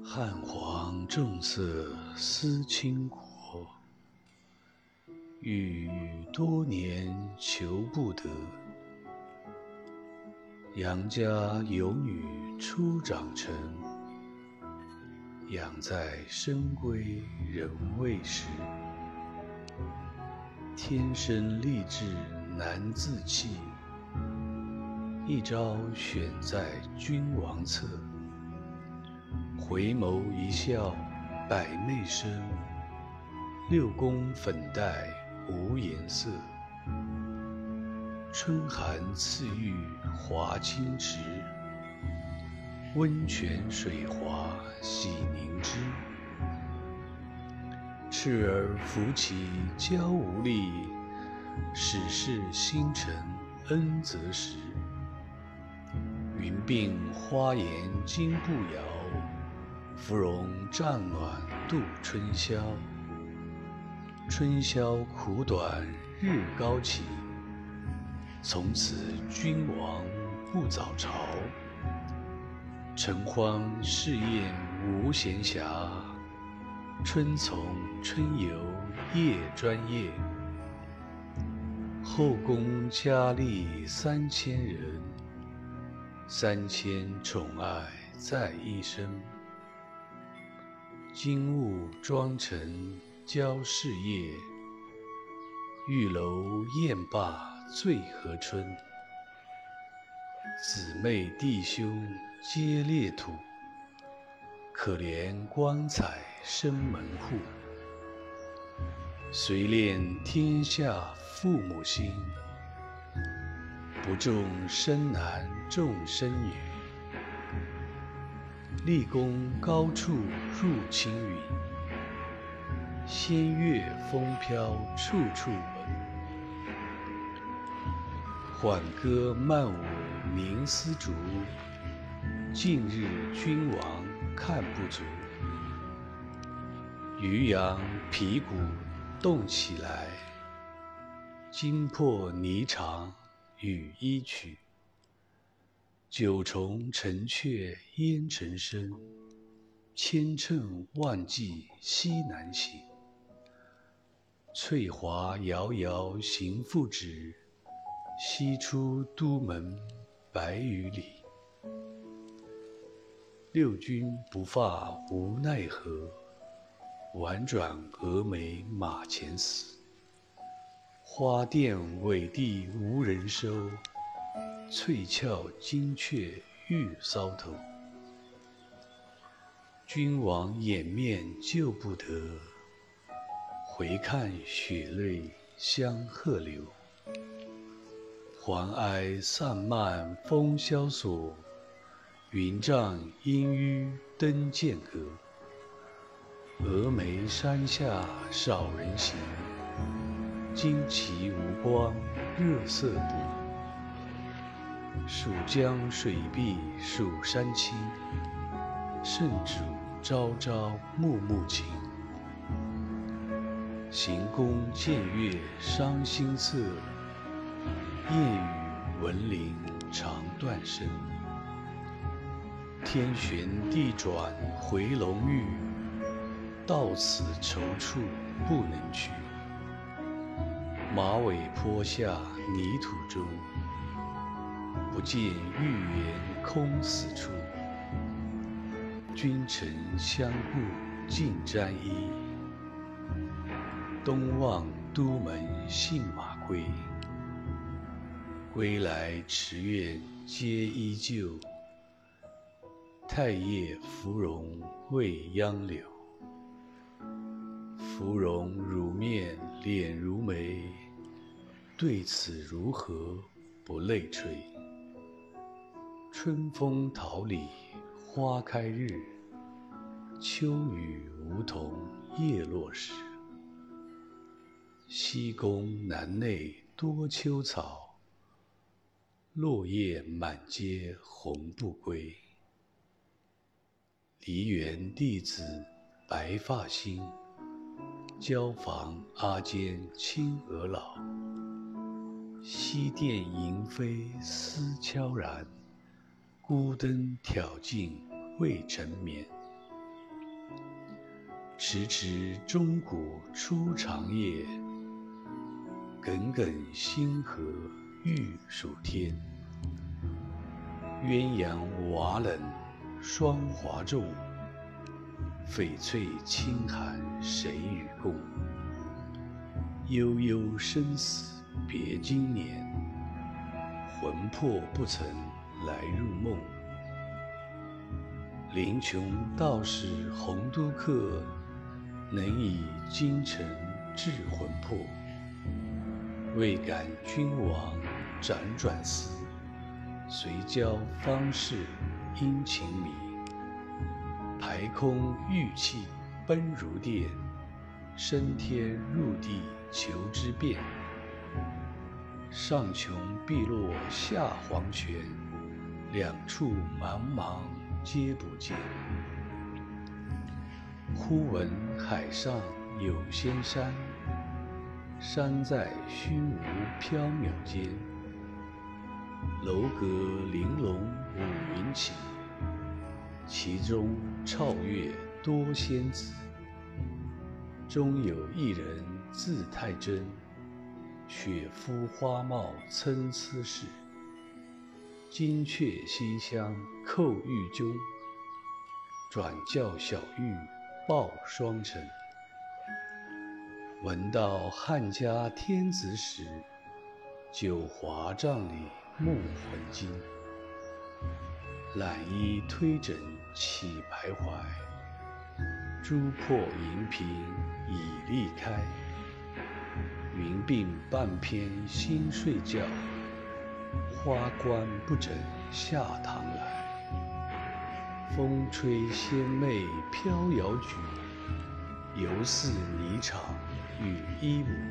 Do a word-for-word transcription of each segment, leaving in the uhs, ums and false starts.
汉皇重色思倾国，郁郁多年求不得。杨家有女初长成，养在深闺人未识。天生丽质难自弃，一朝选在君王侧。回眸一笑百媚生，六宫粉黛无颜色。春寒赐浴华清池，温泉水滑洗凝脂。赤儿扶其娇无力，始是星辰恩泽时。云鬓花颜金步摇，芙蓉帐暖度春宵。春宵苦短日高起，从此君王不早朝。晨欢侍宴无闲暇，春从春游夜专夜。后宫佳丽三千人，三千宠爱在一身。金屋妆成娇侍夜，玉楼宴罢醉和春。姊妹弟兄皆列土，可怜光彩生门户。虽恋天下父母心，不重生男重生女。立功高处入青云，仙乐风飘处处闻。缓歌慢舞凝丝竹，近日君王看不足。渔阳鼙鼓动起来，惊破霓裳羽衣曲。九重城阙烟尘生，千乘万骑西南行。翠华遥遥行复止，西出都门百余里。六军不发无奈何，宛转蛾眉马前死。花钿委地无人收，翠翘金雀玉搔头。君王掩面救不得，回看血泪相和流。还哀散漫风萧索，云帐阴郁登剑阁。峨眉山下少人行，旌旗无光热色补。蜀江水碧蜀山青，圣主朝朝暮暮情。行宫见月伤心色，夜雨闻铃肠断声。天旋地转回龙驭，到此踌躇不能去。马尾坡下泥土中，不见玉颜空死处。君臣相顾尽沾衣，东望都门信马归。归来池苑皆依旧，太液芙蓉未央柳。芙蓉乳面脸如眉，对此如何不泪垂。春风桃李花开日，秋雨梧桐叶落时。西宫南内多秋草，落叶满阶红不归。梨园弟子白发新，椒房阿监青娥老。西殿萤飞思悄然，孤灯挑尽未成眠。 迟迟钟鼓初长夜，耿耿星河欲曙天。鸳鸯瓦冷霜华重，翡翠清寒谁与共？悠悠生死别经年，魂魄不曾来入梦。临穷道是洪都客，能以精诚致魂魄。未感君王辗转思，随交方士殷勤迷。排空玉气奔如电，升天入地求之遍。上穷碧落下黄泉，两处茫茫皆不见。忽闻海上有仙山，山在虚无缥缈间。楼阁玲珑五云起，其中皓月多仙子。中有一人字太真，雪肤花貌参差是。金阙西厢叩玉钟，转教小玉报双成。闻道汉家天子使，九华帐里梦魂惊。揽衣推枕起徘徊，珠破银屏已力开。云鬓半偏新睡觉，花冠不整下堂来。风吹仙袂飘摇举，犹似霓裳羽衣舞。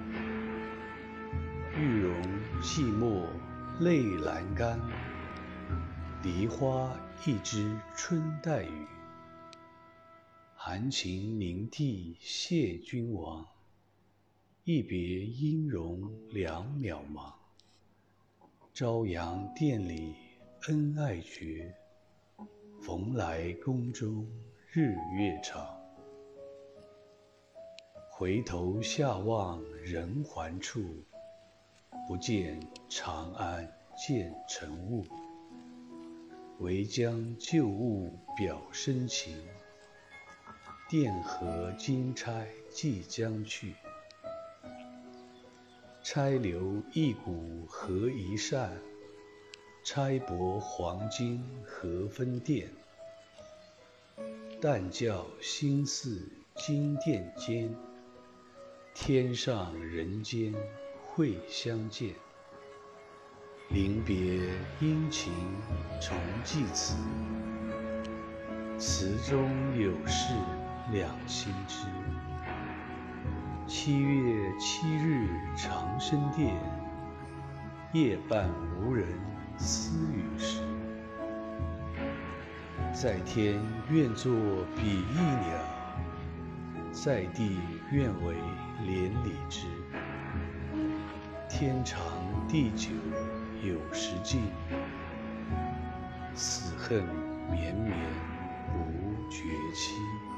玉容寂寞泪阑干，梨花一枝春带雨。含情凝涕谢君王，一别音容两渺茫。朝阳殿里恩爱绝，蓬莱宫中日月长。回头下望人寰处，不见长安见尘雾。唯将旧物表深情，钿合金钗即将去。钗留一股合一扇，钗帛黄金何分钿。但教心似金殿间，天上人间会相见。临别殷勤重寄词，词中有事两心知。七月七日长生殿，夜半无人私语时。在天愿作比翼鸟，在地愿为连理枝。天长地久有时尽，此恨绵绵无绝期。